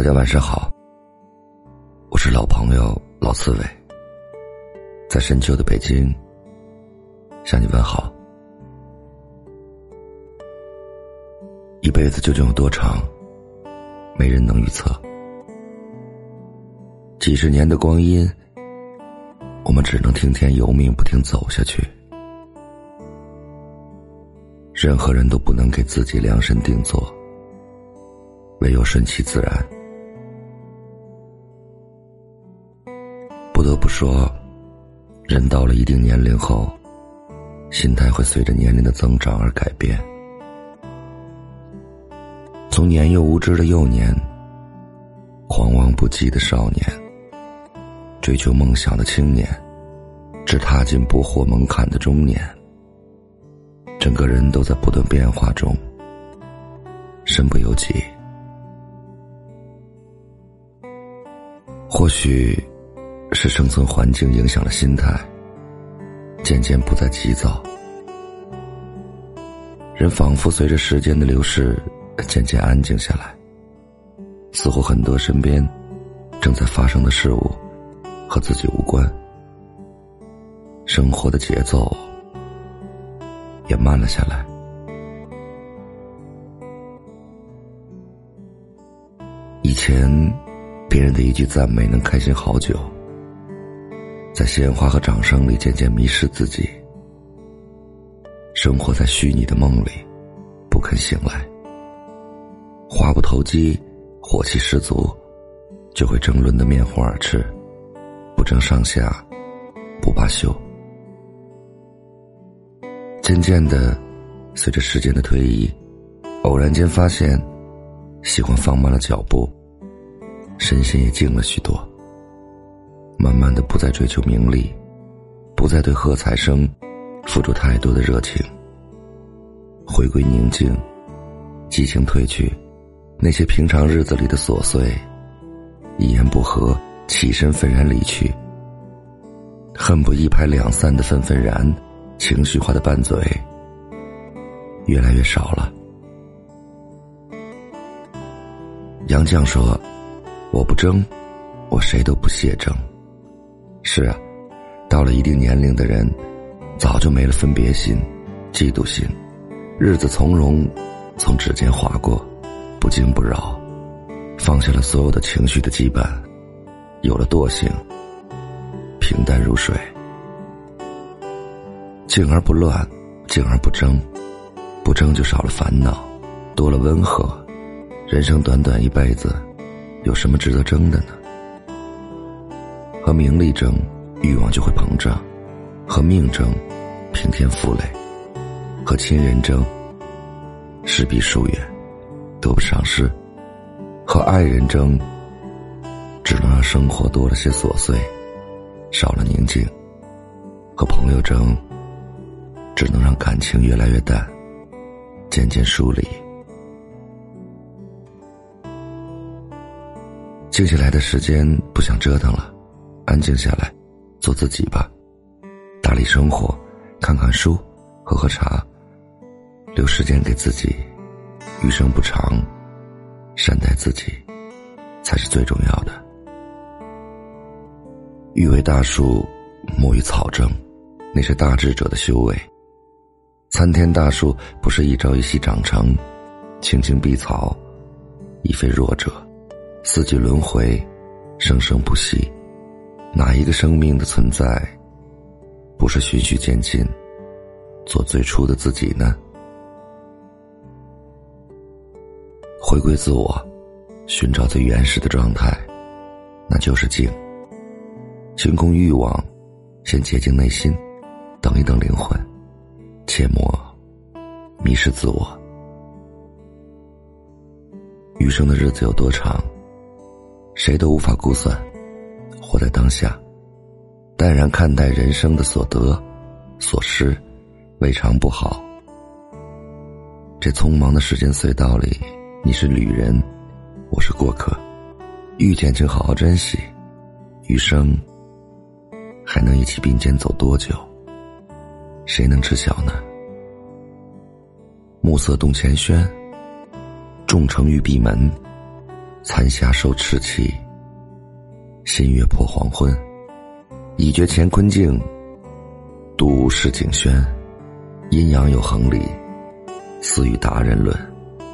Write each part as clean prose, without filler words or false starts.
大家晚上好，我是老朋友老刺猬，在深秋的北京向你问好。一辈子究竟有多长，没人能预测。几十年的光阴，我们只能听天由命，不停走下去。任何人都不能给自己量身定做，唯有顺其自然。不得不说，人到了一定年龄后，心态会随着年龄的增长而改变。从年幼无知的幼年，狂妄不羁的少年，追求梦想的青年，至踏进不惑门槛的中年，整个人都在不断变化中，身不由己。或许是生存环境影响了心态，渐渐不再急躁，人仿佛随着时间的流逝渐渐安静下来，似乎很多身边正在发生的事物和自己无关，生活的节奏也慢了下来。以前别人的一句赞美能开心好久，在鲜花和掌声里渐渐迷失自己，生活在虚拟的梦里，不肯醒来。话不投机，火气十足，就会争论得面红耳赤，不争上下，不罢休。渐渐的，随着时间的推移，偶然间发现喜欢放慢了脚步，身心也静了许多，慢慢的不再追求名利，不再对喝彩声付出太多的热情，回归宁静，激情褪去，那些平常日子里的琐碎，一言不合起身愤然离去，恨不一拍两散的愤愤然，情绪化的拌嘴越来越少了。杨绛说，我不争，我谁都不屑争。是啊，到了一定年龄的人，早就没了分别心、嫉妒心，日子从容从指尖划过，不惊不扰，放下了所有的情绪的羁绊，有了惰性，平淡如水。静而不乱，静而不争，不争就少了烦恼，多了温和。人生短短一辈子，有什么值得争的呢？和名利争，欲望就会膨胀；和命争，平添负累；和亲人争，势必疏远，得不偿失；和爱人争，只能让生活多了些琐碎，少了宁静；和朋友争，只能让感情越来越淡，渐渐疏离。静下来的时间不想折腾了，安静下来，做自己吧，打理生活，看看书，喝喝茶，留时间给自己。余生不长，善待自己才是最重要的。欲为大树，莫与草争，那是大智者的修为。参天大树不是一朝一夕长成，青青碧草亦非弱者。四季轮回，生生不息，哪一个生命的存在不是循序渐进，做最初的自己呢？回归自我，寻找最原始的状态，那就是静。清空欲望，先洁净内心，等一等灵魂，切莫迷失自我。余生的日子有多长，谁都无法估算，活在当下，淡然看待人生的所得所失，未尝不好。这匆忙的时间隧道里，你是旅人，我是过客，遇见请好好珍惜，余生还能一起并肩走多久，谁能知晓呢？暮色动前轩，众诚欲闭门， 残霞收赤气，新月破黄昏。已觉乾坤静，独无市井轩。阴阳有恒理，似与达人论。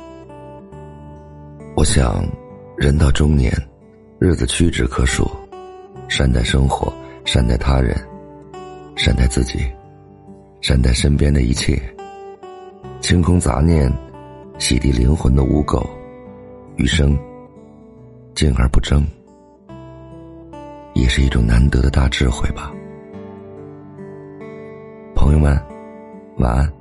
我想人到中年，日子屈指可数，善待生活，善待他人，善待自己，善待身边的一切，清空杂念，洗涤灵魂的污垢，余生静而不争，也是一种难得的大智慧吧。朋友们，晚安。